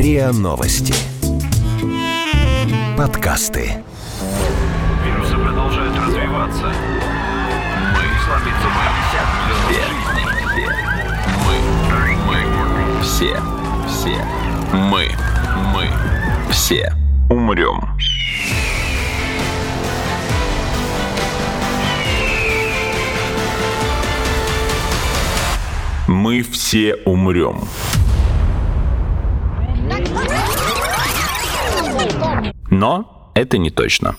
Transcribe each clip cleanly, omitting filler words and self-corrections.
РИА Новости. Подкасты. Вирусы продолжают развиваться. Мы слабится мы все умрем. Мы все умрем. Но это не точно.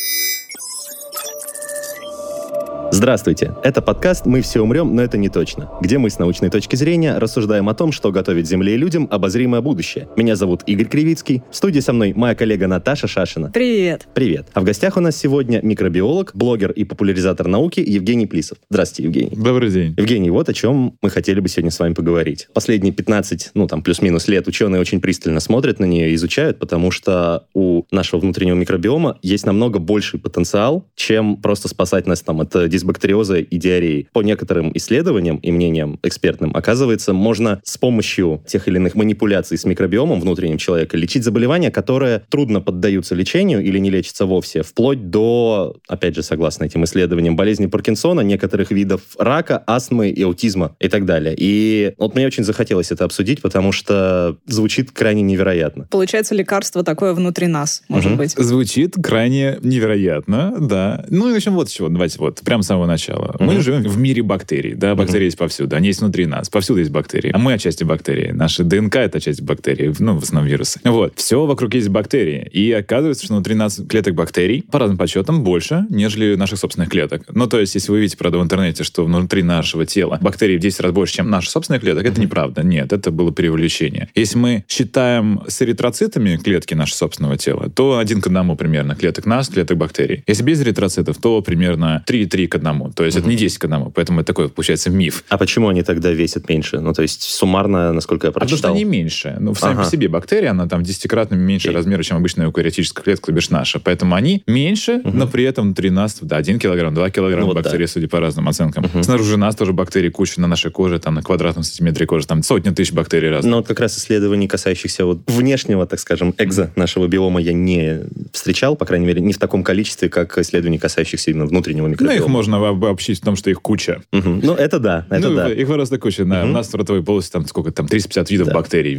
Здравствуйте, это подкаст «Мы все умрем, но это не точно», где мы с научной точки зрения рассуждаем о том, что готовит Земле и людям обозримое будущее. Меня зовут Игорь Кривицкий, в студии со мной моя коллега Наташа Шашина. Привет. Привет. А в гостях у нас сегодня микробиолог, блогер и популяризатор науки Евгений Плисов. Здравствуйте, Евгений. Добрый день. Евгений, вот о чем мы хотели бы сегодня с вами поговорить. Последние 15, плюс-минус лет ученые очень пристально смотрят на нее и изучают, потому что у нашего внутреннего микробиома есть намного больший потенциал, чем просто спасать нас от дисбактериоза и диареи. По некоторым исследованиям и мнениям экспертным, оказывается, можно с помощью тех или иных манипуляций с микробиомом внутренним человека лечить заболевания, которые трудно поддаются лечению или не лечатся вовсе, вплоть до, опять же, согласно этим исследованиям, болезни Паркинсона, некоторых видов рака, астмы и аутизма и так далее. И вот мне очень захотелось это обсудить, потому что звучит крайне невероятно. Получается, лекарство такое внутри нас, может быть. Звучит крайне невероятно, да. Ну и начнем вот с чего. Давайте прямо с самого начала. Мы живем в мире бактерий, да, бактерии есть повсюду, они есть внутри нас, повсюду есть бактерии, а мы отчасти бактерии, наша ДНК — это часть бактерий, в основном вирусы. Все вокруг есть бактерии, и оказывается, что внутри нас клеток бактерий, по разным подсчетам, больше, нежели наших собственных клеток. То есть, если вы видите, правда, в интернете, что внутри нашего тела бактерий в 10 раз больше, чем наших собственных клеток, это неправда, нет, это было преувеличение. Если мы считаем с эритроцитами клетки нашего собственного тела, то 1 к 1 примерно клеток нас, клеток бактерий. Если без эритроцитов, то примерно 3,3 к 1. То есть это не 10 к 1, поэтому это такой, получается, миф. А почему они тогда весят меньше? То есть суммарно, насколько я прочитал. Потому что они меньше. Сами по себе бактерия, она там 10-кратно меньше размера, чем обычная эукариотическая клетка, то бишь наша. Поэтому они меньше, но при этом внутри нас 1 килограмм, 2 килограмма бактерий, судя по разным оценкам. Снаружи нас тоже бактерий куча на нашей коже, там на квадратном сантиметре кожи, там сотни тысяч бактерий разных. Но как раз исследований, касающихся внешнего, так скажем, нашего биома, я не встречал, по крайней мере, не в таком количестве, как исследований, касающихся именно внутреннего микробиома. Их можно обобщить в том, что их куча. Это да. Их просто куча. Да. У нас в ротовой полости 350 видов бактерий.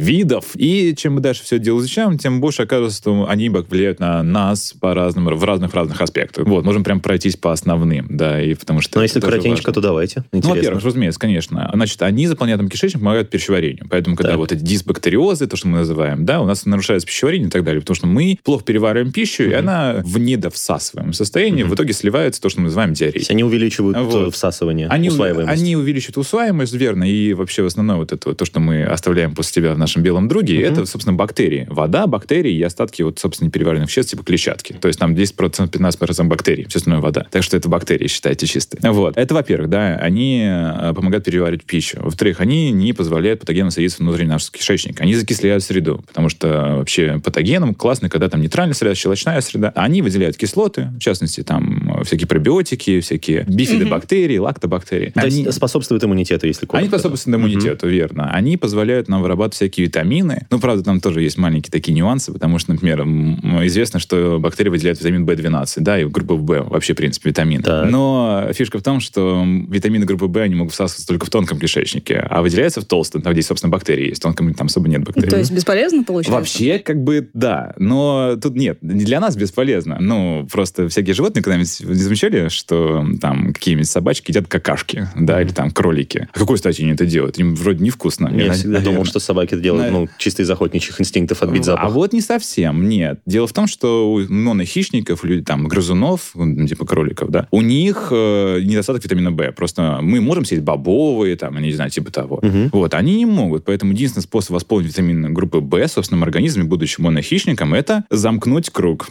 И чем мы дальше все это дело изучаем, тем больше оказывается, что они влияют на нас по-разному, в разных аспектах. Можем прям пройтись по основным. Да, и потому что если коротенько, то давайте. Интересно. Во-первых, разумеется, конечно. Значит, они заполняют кишечник, помогают пищеварению. Поэтому, когда эти дисбактериозы, то, что мы называем, да, у нас нарушается пищеварение и так далее, потому что мы плохо перевариваем пищу, и она в недовсасываемом состоянии в итоге сливается то, что мы называем диареей. То есть они увеличивают всасывание, усваиваемость. Они увеличивают усваиваемость, верно, и вообще в основном то, что мы оставляем после себя в нашем белом друге, это, собственно, бактерии. Вода, бактерии и остатки, собственно, переваренных веществ, типа клетчатки. То есть там 10%, 15% бактерий, все остальное вода. Так что это бактерии, считайте, чистые. Это, во-первых, да, они помогают переваривать пищу. Во-вторых, они не позволяют патогенам садиться внутри нашего кишечника. Они закисляют среду, потому что вообще патогенам классно, когда там нейтральная среда, щелочная среда. Они выделяют кислоты, в частности, там всякие пробиотики, всякие бифидобактерии, лактобактерии. То есть способствуют иммунитету, если коротко. Они способствуют иммунитету, верно. Они позволяют нам вырабатывать всякие витамины. Правда, там тоже есть маленькие такие нюансы, потому что, например, известно, что бактерии выделяют витамин В12, да, и группу В, вообще, в принципе, витамины. Так. Но фишка в том, что витамины группы В, они могут всасываться только в тонком кишечнике, а выделяются в толстом, там, где, собственно, бактерии есть. В тонком там особо нет бактерий. То есть бесполезно получается? Вообще, да. Но тут нет. Не для нас бесполезно. Просто всякие животные когда-нибудь замечали, что там какие-нибудь собачки едят какашки, да, или там кролики. А какой стати они это делают? Им вроде невкусно. Я всегда думал, что собаки это делают, чисто из охотничьих инстинктов отбить запах. А не совсем, нет. Дело в том, что у монохищников, грызунов, типа кроликов, да, у них недостаток витамина В. Просто мы можем съесть бобовые, не знаю, типа того. Они не могут. Поэтому единственный способ восполнить витамины группы В в собственном организме, будучи монохищником, это замкнуть круг.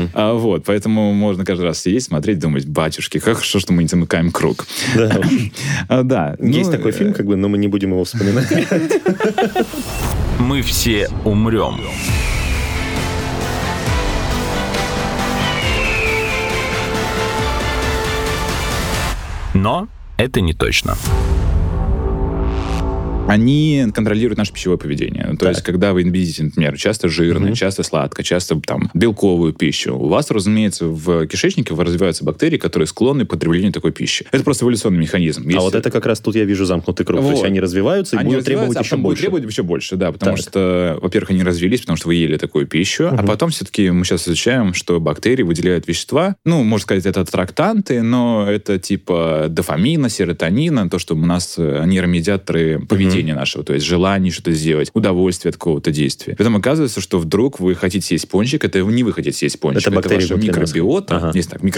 Поэтому можно каждый раз сидеть, смотреть, думать, батюшки, как хорошо, что мы не замыкаем круг. Да. Есть такой фильм, но мы не будем его вспоминать. Мы все умрем. Но это не точно. они контролируют наше пищевое поведение. То есть, когда вы едите, например, часто жирное, часто сладкое, часто там белковую пищу, у вас, разумеется, в кишечнике развиваются бактерии, которые склонны к потреблению такой пищи. Это просто эволюционный механизм. А вот это как раз тут я вижу замкнутый круг. То есть они развиваются и будут требовать еще больше. Требовать еще больше, да, потому что, во-первых, они развились, потому что вы ели такую пищу, а потом все-таки мы сейчас изучаем, что бактерии выделяют вещества, можно сказать, это аттрактанты, но это типа дофамина, серотонина, то, что у нас нейромедиаторы поведения нашего, то есть желание что-то сделать, удовольствие от какого-то действия. Потом оказывается, что вдруг вы хотите съесть пончик, это не вы хотите съесть пончик, это ваша микробиота,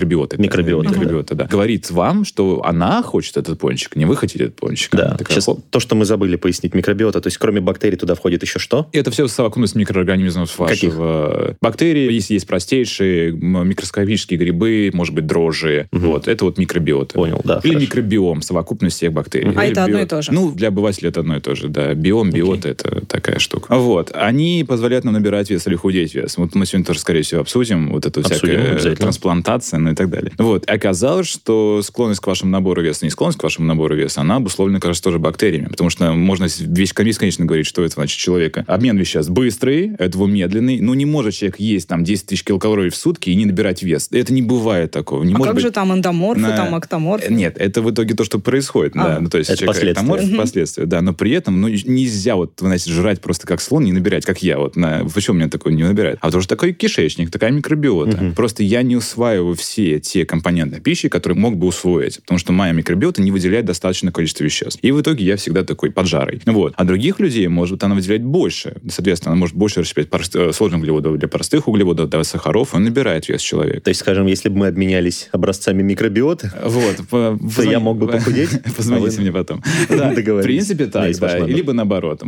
микробиота, да, говорит вам, что она хочет этот пончик, не вы хотите этот пончик. Да, сейчас то, что мы забыли пояснить, микробиота, то есть кроме бактерий туда входит еще что? Это все совокупность микроорганизмов вашего. Бактерии, если есть простейшие, микроскопические грибы, может быть, дрожжи, это вот микробиота. Понял, да. Или микробиом, совокупность всех бактерий. А это одно и то же? Для обывателя это одно и то же, да. Биом, биота, это такая штука. Они позволяют нам набирать вес или худеть вес. Вот мы сегодня тоже, скорее всего, обсудим вот эту всякую трансплантацию и так далее. Оказалось, что склонность к вашему набору веса, не склонность к вашему набору веса, она обусловлена, кажется, тоже бактериями. Потому что можно бесконечно говорить, что это значит человека. Обмен веществ быстрый, этого медленный. Не может человек есть там 10 тысяч килокалорий в сутки и не набирать вес. Это не бывает такого. Не может как же там эндоморфы, там октоморфы? Нет, это в итоге то, что происходит. Да. То есть это последствия. Последствия, да. Но при этом нельзя жрать просто как слон, не набирать, как я. Почему меня такое не набирает? А потому что такой кишечник, такая микробиота. Просто я не усваиваю все те компоненты пищи, которые мог бы усвоить. Потому что моя микробиота не выделяет достаточное количество веществ. И в итоге я всегда такой поджарый. А других людей, может, она выделяет больше. Соответственно, она может больше расщеплять сложных углеводов для простых углеводов, для сахаров. Он набирает вес человека. То есть, скажем, если бы мы обменялись образцами микробиоты, то я мог бы похудеть? Позвоните мне потом. В принципе, так, да. Либо наоборот.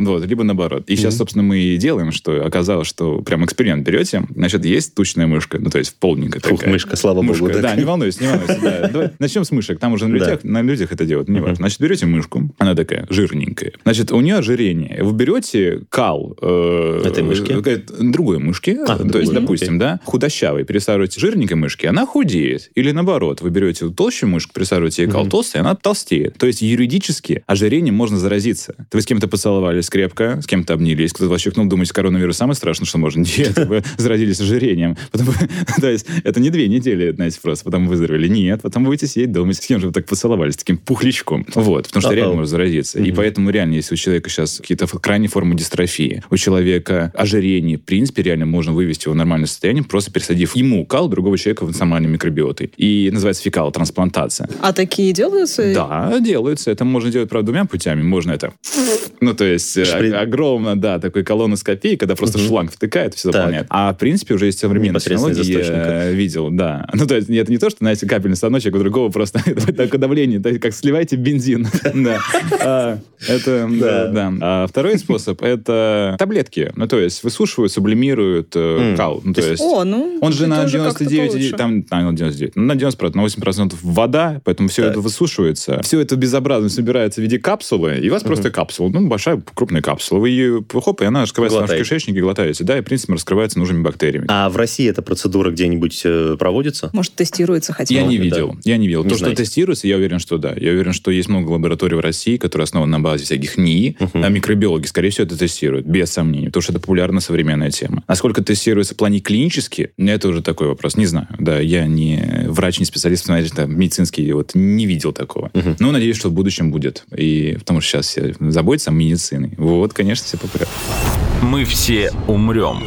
И сейчас, собственно, мы и делаем, что оказалось, что прям эксперимент берете. Значит, есть тучная мышка, то есть полненькая такая. Мышка, слава богу. Да, не волнуйся. Да. Давай начнем с мышек. Там уже на людях это делают, не важно. Значит, берете мышку, она такая жирненькая. Значит, у нее ожирение. Вы берете кал этой мышки, другой мышки, то есть, допустим, да, худощавый, пересаживаете жирненькой мышки, она худеет. Или наоборот, вы берете толщую мышку, пересаживаете ей кал толстый, она толстеет. То есть, юридически ожирением можно заразиться. Вы с кем-то поцеловались крепко, с кем-то обнялись, кто-то вас щекнул, думаете, коронавирус самое страшное, что можно? Нет, вы заразились ожирением. То есть, это не 2 недели, знаете, просто потом выздоровели. Нет, потом будете сидеть дома, с кем же вы так поцеловались, таким пухлячком. Потому что реально можно заразиться. И поэтому реально, если у человека сейчас какие-то крайние формы дистрофии, у человека ожирение, в принципе, реально можно вывести его в нормальное состояние, просто пересадив ему кал другого человека с нормальной микробиотой. И называется фекалотрансплантация. А такие делаются? Да, делаются. Это можно делать, правда, 2 путями. Можно это... то есть, огромно, да, такой колоноскопии, когда просто шланг втыкает, все заполняет. А, в принципе, уже есть современные технологии, я видел, да. То есть, это не то, что, знаете, капельный станочек, у другого просто такое давление, как сливаете бензин. Да. Это, да. А второй способ — это таблетки. То есть, высушивают, сублимируют кал. То есть, он же на 99, на 90%, на 8% вода, поэтому все это высушивается. Все это безобразно собирается в виде капсулы, и у вас просто капсула, большая, крупная капсула. Вы ее, и она раскрывается в наш кишечник, и глотаете, да, и, в принципе, раскрывается нужными бактериями. А в России эта процедура где-нибудь проводится? Может, тестируется хотя бы? Я не видел. То, что тестируется, я уверен, что да. Я уверен, что есть много лабораторий в России, которые основаны на базе всяких НИИ, а микробиологи, скорее всего, это тестируют, без сомнений, потому что это популярная современная тема. Насколько тестируется в плане клинически, это уже такой вопрос. Не знаю. Да, я не врач, не специалист, медицинский, не видел такого. Но надеюсь, что в будущем будет. И потому что сейчас все заботятся о медицине. Конечно, все по порядку. Мы все умрем.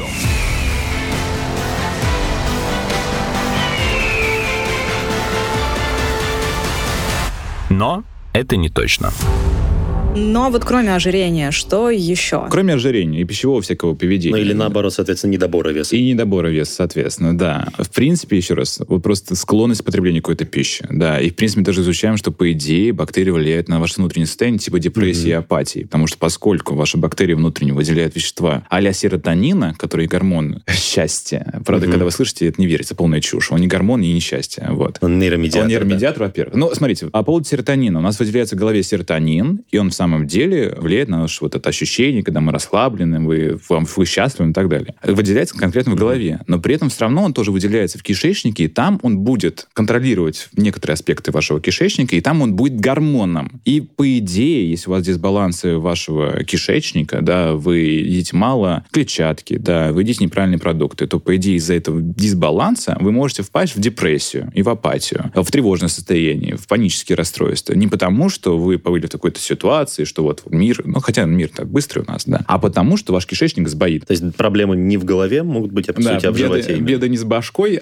Но это не точно. Но вот кроме ожирения, что еще? Кроме ожирения и пищевого всякого поведения. Или наоборот, соответственно, недобора веса. И недобора веса, соответственно, да. В принципе, еще раз, просто склонность к потреблению какой-то пищи. Да. И, в принципе, даже изучаем, что, по идее, бактерии влияют на ваше внутреннее состояние типа депрессии и апатии. Потому что поскольку ваши бактерии внутренне выделяют вещества а-ля серотонина, который гормон счастья. Правда, когда вы слышите, это не верится, полная чушь. Он не гормон и не счастье. Он нейромедиатор. Он нейромедиатор, во-первых. Смотрите, по поводу серотонина. У нас выделяется в голове серотонин, и он самом деле влияет на наше вот это ощущение, когда мы расслаблены, вы счастливы и так далее. Выделяется конкретно в голове. Но при этом все равно он тоже выделяется в кишечнике, и там он будет контролировать некоторые аспекты вашего кишечника, и там он будет гормоном. И по идее, если у вас дисбалансы вашего кишечника, да, вы едите мало клетчатки, да, вы едите неправильные продукты, то, по идее, из-за этого дисбаланса вы можете впасть в депрессию и в апатию, в тревожное состояние, в панические расстройства. Не потому, что вы побыли в такой-то ситуации, что вот мир, хотя мир так быстрый у нас, да, а потому, что ваш кишечник сбоит. То есть проблемы не в голове могут быть, а по сути, в животе. Беда не с башкой,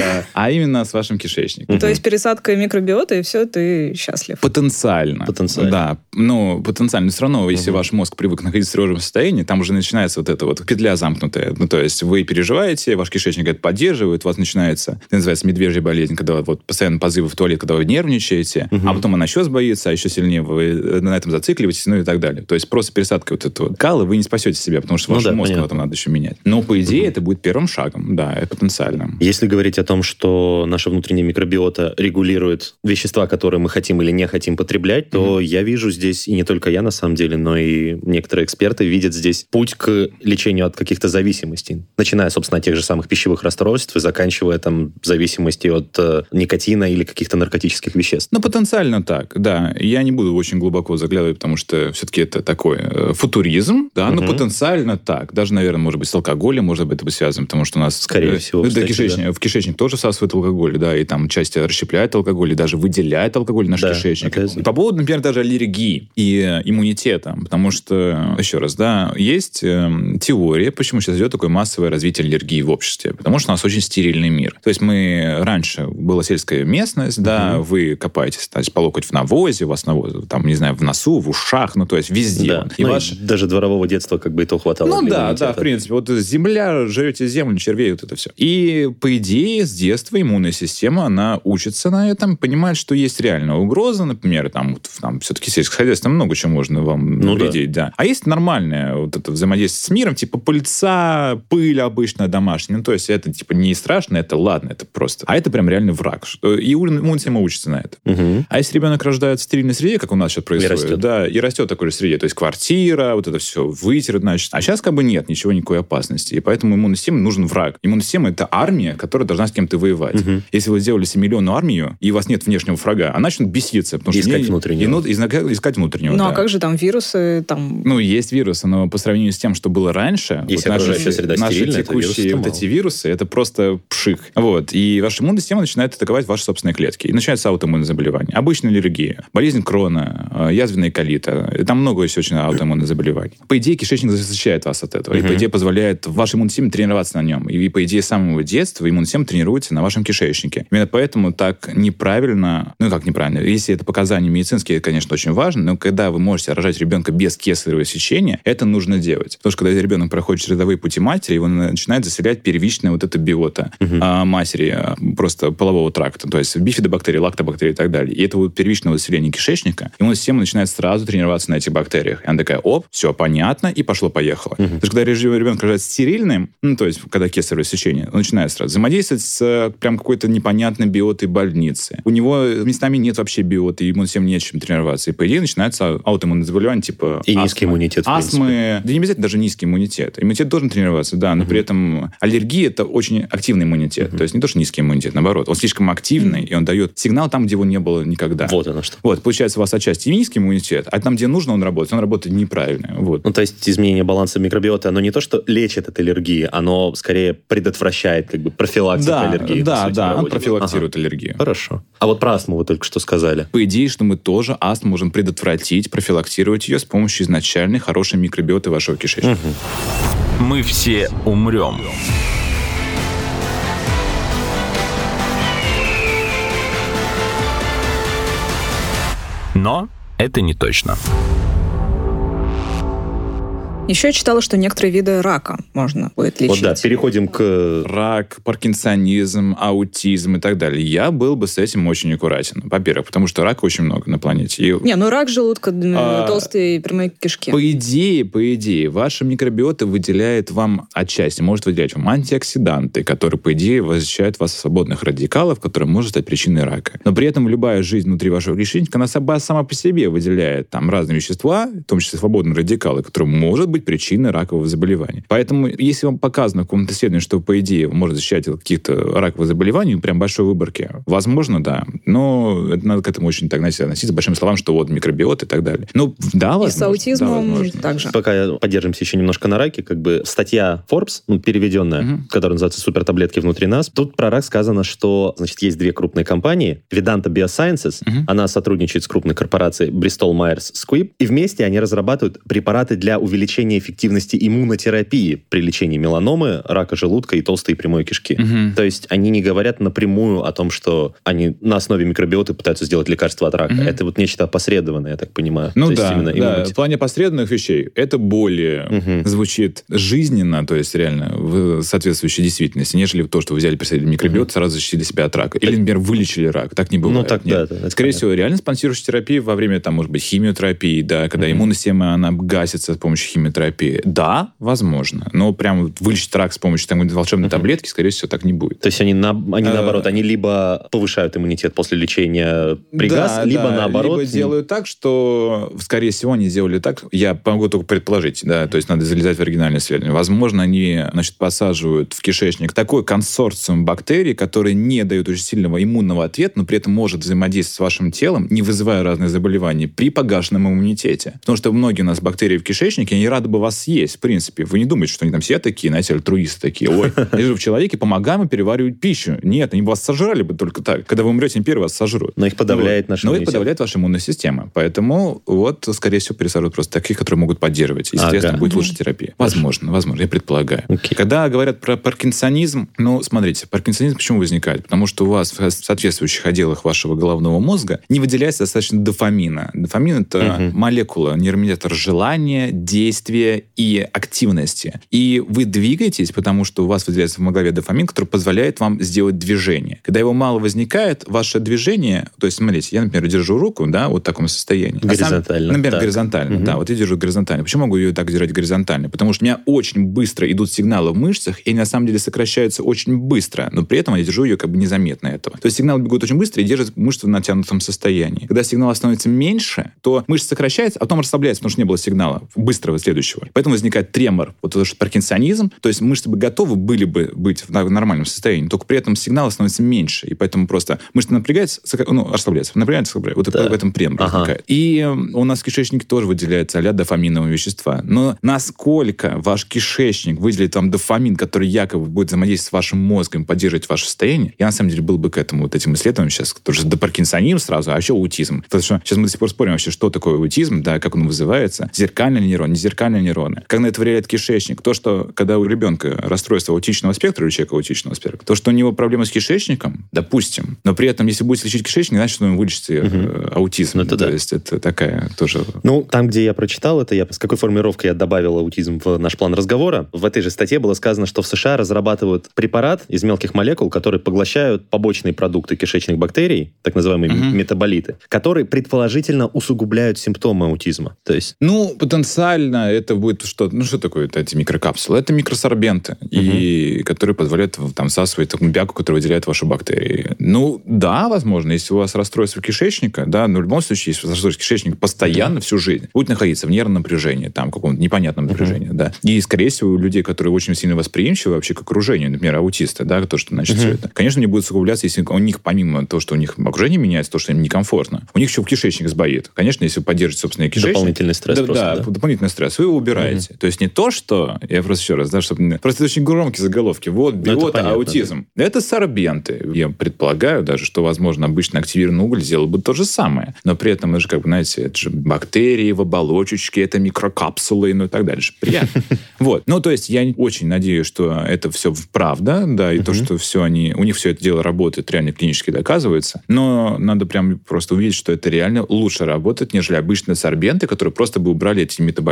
а именно с вашим кишечником. То есть пересадка микробиота, и все, ты счастлив. Потенциально. Да. Потенциально. Но все равно, если ваш мозг привык находиться в тревожном состоянии, там уже начинается вот эта вот петля замкнутая. То есть вы переживаете, ваш кишечник это поддерживает, у вас начинается, это называется медвежья болезнь, когда вот постоянно позывы в туалет, когда вы нервничаете, а потом она еще сбоится, а еще сильнее вы на этом зацикливаетесь, и так далее. То есть просто пересадка вот этого кала вы не спасете себя, потому что ваш мозг потом надо еще менять. Но, по идее, это будет первым шагом, да, это потенциально. Если говорить о том, что наша внутренняя микробиота регулирует вещества, которые мы хотим или не хотим потреблять, то я вижу здесь, и не только я на самом деле, но и некоторые эксперты видят здесь путь к лечению от каких-то зависимостей. Начиная, собственно, от тех же самых пищевых расстройств и заканчивая там зависимостью от никотина или каких-то наркотических веществ. Потенциально так, да. Я не буду очень глубоко заглядывать, потому что все-таки это такой футуризм, да, но потенциально так. Даже, наверное, может быть, с алкоголем может быть это связано, потому что у нас... Скорее всего, кстати, в кишечник тоже всасывает алкоголь, да, и там часть расщепляет алкоголь, и даже выделяет алкоголь в наш кишечник. И по поводу, например, даже аллергии и иммунитета, потому что, еще раз, да, есть теория, почему сейчас идет такое массовое развитие аллергии в обществе, потому что у нас очень стерильный мир. То есть мы раньше была сельская местность, да, вы копаетесь, то есть по локоть в навозе, у вас навоз, там, не знаю, в носу, в ушах, то есть везде. Да. И даже дворового детства как бы и то хватало. Да, в принципе. Вот земля, жрете землю, червей, вот это все. И, по идее, с детства иммунная система, она учится на этом, понимает, что есть реальная угроза, например, там все-таки сельское хозяйство, много чего можно вам навредить, да. А есть нормальное вот это взаимодействие с миром, типа пыльца, пыль обычная домашняя. То есть это типа не страшно, это ладно, это просто. А это прям реально враг. И иммунная система учится на это. А если ребенок рождается в стерильной среде, как у нас сейчас происходит, и растет в такой же среде, то есть квартира, вот это все вытерет, значит. А сейчас как бы нет ничего, никакой опасности. И поэтому иммунной системе нужен враг. Иммунная система — это армия, которая должна с кем-то воевать. Если вы сделали 7-миллионную армию, и у вас нет внешнего врага, она начнет беситься. Потому что искать внутреннего. Искать внутреннего, а как же там вирусы? Есть вирусы, но по сравнению с тем, что было раньше, если наши стерильная, текущие вот эти вирусы, это просто пшик. И ваша иммунная система начинает атаковать ваши собственные клетки. И начинается аутоиммунное заболевание. Обычная аллергия, болезнь Крона, язвенная колита. Там много есть очень аутоиммунных заболеваний. По идее, кишечник защищает вас от этого. И, по идее, позволяет вашей иммунной системе тренироваться на нем. И, по идее, с самого детства иммунная система тренируется на вашем кишечнике. Именно поэтому так неправильно... как неправильно? Если это показания медицинские, это, конечно, очень важно, но когда вы можете рожать ребенка без кесарево сечения, это нужно делать. Потому что когда ребенок проходит через родовые пути матери, его начинает заселять первичная вот эта биота матери, просто полового тракта, то есть бифидобактерии, лактобактерии и так далее. И это вот первичное заселение кишечника, иммунная система начинает сразу тренироваться на этих бактериях. И она такая, все, понятно, и пошло-поехало. То есть, когда ребенок рождается стерильным, то есть, когда кесарево сечение, он начинает сразу взаимодействовать с прям какой-то непонятной биотой больницы. У него местами нет вообще биоты, и иммунная система не с чем тренироваться. И, по идее, начинается аутоиммунное заболевание, типа и низкий иммунитет, астмы. Да не обязательно даже низкий иммунитет. Иммунитет должен тренироваться, да, но при этом аллергия — это очень активный иммунитет. То есть не то, что низкий иммунитет, наоборот. Он слишком активный, и он дает сигнал там, где его не было никогда. Вот оно что. Получается, у вас отчасти низкий иммунитет, а там, где нужно, он работает неправильно. То есть изменение баланса микробиоты, оно не то, что лечит от аллергии, оно скорее предотвращает профилактику аллергии. Да, он профилактирует аллергию. Хорошо. А вот про астму вы только что сказали. По идее, что мы тоже астму можем предотвратить, профилактировать ее с помощью изначальной хорошей микробиоты вашего кишечника. Мы все умрем. Но это не точно. Еще я читала, что некоторые виды рака можно будет лечить. Вот да, переходим к... Рак, паркинсонизм, аутизм и так далее. Я был бы с этим очень аккуратен. Во-первых, потому что рака очень много на планете. И... рак желудка, толстые прямые кишки. По идее, ваша микробиота выделяет вам отчасти, может выделять вам антиоксиданты, которые, по идее, защищают вас от свободных радикалов, которые может стать причиной рака. Но при этом любая жизнь внутри вашего кишечника, она сама по себе выделяет там разные вещества, в том числе свободные радикалы, которые может быть причиной ракового заболевания. Поэтому, если вам показано в каком-то исследовании, что, по идее, может защищать от каких-то раковых заболеваний, прям большой выборки, возможно, да. Но это надо к этому очень так относиться большими словами, что вот микробиот и так далее. Ну, да, возможно. И с аутизмом также. Пока поддержимся еще немножко на раке, как бы статья Forbes, переведенная, которая называется «Супертаблетки внутри нас», тут про рак сказано, что, значит, есть две крупные компании, Vedanta Biosciences, она сотрудничает с крупной корпорацией Bristol Myers Squibb, и вместе они разрабатывают препараты для увеличения эффективности иммунотерапии при лечении меланомы, рака желудка и толстой и прямой кишки. То есть они не говорят напрямую о том, что они на основе микробиоты пытаются сделать лекарство от рака. Это вот нечто опосредованное, я так понимаю. Ну да, в плане опосредованных вещей это более звучит жизненно, то есть реально в соответствующей действительности, нежели то, что вы взяли, представили микробиот, сразу защитили себя от рака. Или, например, вылечили рак. Так не бывает. Ну так, да. Скорее всего, реально спонсирующая терапия во время, там, может быть, химиотерапии, да, когда иммунная система, она гасится с помощью химиотерапии. Да, возможно. Но прям вылечить рак с помощью там, волшебной таблетки, скорее всего, так не будет. То есть они наоборот, они либо повышают иммунитет после лечения при газ, либо наоборот... Либо делают так, что, скорее всего, они сделали так, я могу только предположить, да, то есть надо залезать в оригинальное исследование. Возможно, они, значит, посаживают в кишечник такой консорциум бактерий, которые не дают очень сильного иммунного ответа, но при этом может взаимодействовать с вашим телом, не вызывая разные заболевания, при погашенном иммунитете. Потому что многие у нас бактерии в кишечнике, они рады бы вас съесть, в принципе. Вы не думаете, что они там все такие, знаете, альтруисты такие. Ой, я же в человеке помогаем и переваривать пищу. Нет, они бы вас сожрали бы только так. Когда вы умрете, они первые вас сожрут. Но их подавляет наша иммунитет. Но их подавляет ваша иммунная система. Поэтому вот, скорее всего, пересаживают просто таких, которые могут поддерживать. Естественно, будет лучше терапия. Возможно, я предполагаю. Когда говорят про паркинсонизм, смотрите, паркинсонизм почему возникает? Потому что у вас в соответствующих отделах вашего головного мозга не выделяется достаточно дофамина. Дофамин — это молекула, нейромедиатор желания, действия и активности. И вы двигаетесь, потому что у вас выделяется в голове дофамин, который позволяет вам сделать движение. Когда его мало возникает, ваше движение, то есть, смотрите, я, например, держу руку, да, вот в таком состоянии. Горизонтально. Например, горизонтально, да, вот я держу горизонтально. Почему могу ее так держать горизонтально? Потому что у меня очень быстро идут сигналы в мышцах, и они на самом деле сокращаются очень быстро, но при этом я держу ее как бы незаметно этого. То есть сигналы бегут очень быстро и держат мышцу в натянутом состоянии. Когда сигнал становится меньше, то мышца сокращается, а потом расслабляется, потому что не было сигнала быстрого следующего. Поэтому возникает тремор, вот то, что паркинсонизм, то есть мышцы бы готовы были бы быть в нормальном состоянии, только при этом сигнала становится меньше, и поэтому просто мышца напрягается, расслабляется, напрягается, вот в этом тремор возникает. И у нас в кишечнике тоже выделяются а-ля дофаминовые вещества. Но насколько ваш кишечник выделит вам дофамин, который якобы будет взаимодействовать с вашим мозгом, поддерживать ваше состояние, я на самом деле был бы к этому вот этим исследованиям сейчас, тоже до паркинсонизм сразу, а еще аутизм. Потому что сейчас мы до сих пор спорим вообще, что такое аутизм, да, как он вызывается, зеркальные нейроны, незеркальные нейроны. Как на это влияет кишечник? То, что когда у ребенка расстройство аутичного спектра, или человека аутичного спектра, то, что у него проблемы с кишечником, допустим, но при этом, если будете лечить кишечник, значит, что ему вылечите аутизм. То есть это такая тоже... Там, где я прочитал это, с какой формулировкой я добавил аутизм в наш план разговора, в этой же статье было сказано, что в США разрабатывают препарат из мелких молекул, которые поглощают побочные продукты кишечных бактерий, так называемые метаболиты, которые предположительно усугубляют симптомы аутизма. То есть... потенциально это будет что такое эти микрокапсулы? Это микросорбенты, и которые позволяют там всасывать такую бяку, которая выделяет ваши бактерии. Да, возможно, если у вас расстройство кишечника, да, но в любом случае, если у вас расстройство кишечника постоянно всю жизнь будет находиться в нервном напряжении, там, каком-то непонятном напряжении, да. И, скорее всего, у людей, которые очень сильно восприимчивы вообще к окружению, например, аутисты, да, то, что, значит, все это, конечно, не будет усугубляться, если у них, помимо того, что у них окружение меняется, то, что им некомфортно, у них еще кишечник сбоит. Конечно, если вы поддержите собственный кишечник... Дополнительный стресс да, дополнительный стресс. Вы его убираете. То есть не то, что... Я просто еще раз, да, чтобы... Просто это очень громкие заголовки. Вот, биота, аутизм. Да. Это сорбенты. Я предполагаю даже, что, возможно, обычно активированный уголь сделал бы то же самое. Но при этом, это же, знаете, это же бактерии в оболочечке, это микрокапсулы, и так дальше. Приятно. Вот. То есть я очень надеюсь, что это все правда, да, и то, что у них все это дело работает, реально клинически доказывается. Но надо прям просто увидеть, что это реально лучше работает, нежели обычные сорбенты, которые просто бы убрали эти метаболиты, которые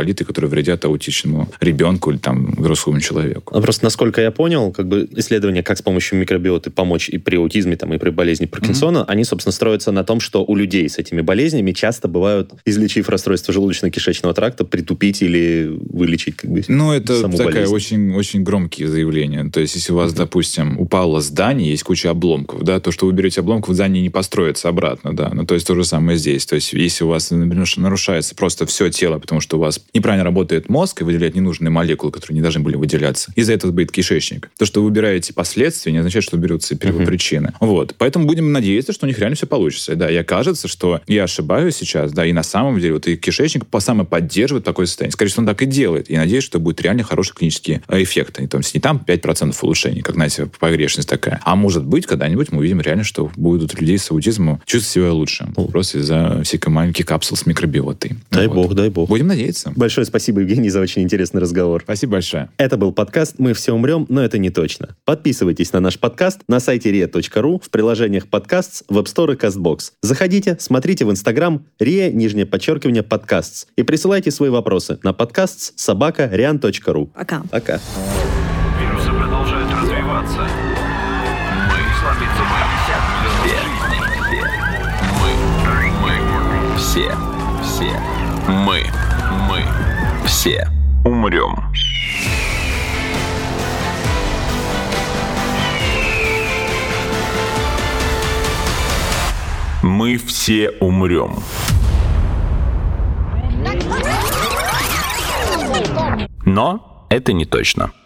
которые вредят аутичному ребенку или там взрослому человеку. Просто, насколько я понял, как бы исследования, как с помощью микробиоты помочь и при аутизме, там, и при болезни Паркинсона, они, собственно, строятся на том, что у людей с этими болезнями часто бывают, излечив расстройство желудочно-кишечного тракта, притупить или вылечить как бы это саму такая болезнь. очень громкие заявления. То есть, если у вас, допустим, упало здание, есть куча обломков, да, то, что вы берете обломков, здание не построится обратно, да. То есть, то же самое здесь. То есть, если у вас, например, нарушается просто все тело, потому что у вас неправильно работает мозг и выделяет ненужные молекулы, которые не должны были выделяться, из-за этого будет кишечник. То, что вы убираете последствия, не означает, что берутся первопричины. Вот. Поэтому будем надеяться, что у них реально все получится. Да, и окажется, что я ошибаюсь сейчас, да, и на самом деле вот и кишечник самоподдерживает такое состояние. Скорее всего, он так и делает. И надеюсь, что будет реально хороший клинический эффект. И, то есть не там 5% улучшений, как, знаете, погрешность такая. А может быть, когда-нибудь мы увидим реально, что будут людей с аутизмом чувствовать себя лучше. Просто из-за всяких маленьких капсул с микробиотой. Дай бог, дай бог. Будем надеяться. Большое спасибо, Евгений, за очень интересный разговор. Спасибо большое. Это был подкаст «Мы все умрем, но это не точно». Подписывайтесь на наш подкаст на сайте ria.ru, в приложениях подкастс, в App Store и CastBox. Заходите, смотрите в Instagram ria_подкастс и присылайте свои вопросы на подкастс@rian.ru. Пока. Пока. Вирусы продолжают развиваться. Мы все умрем. Мы все умрем. Но это не точно.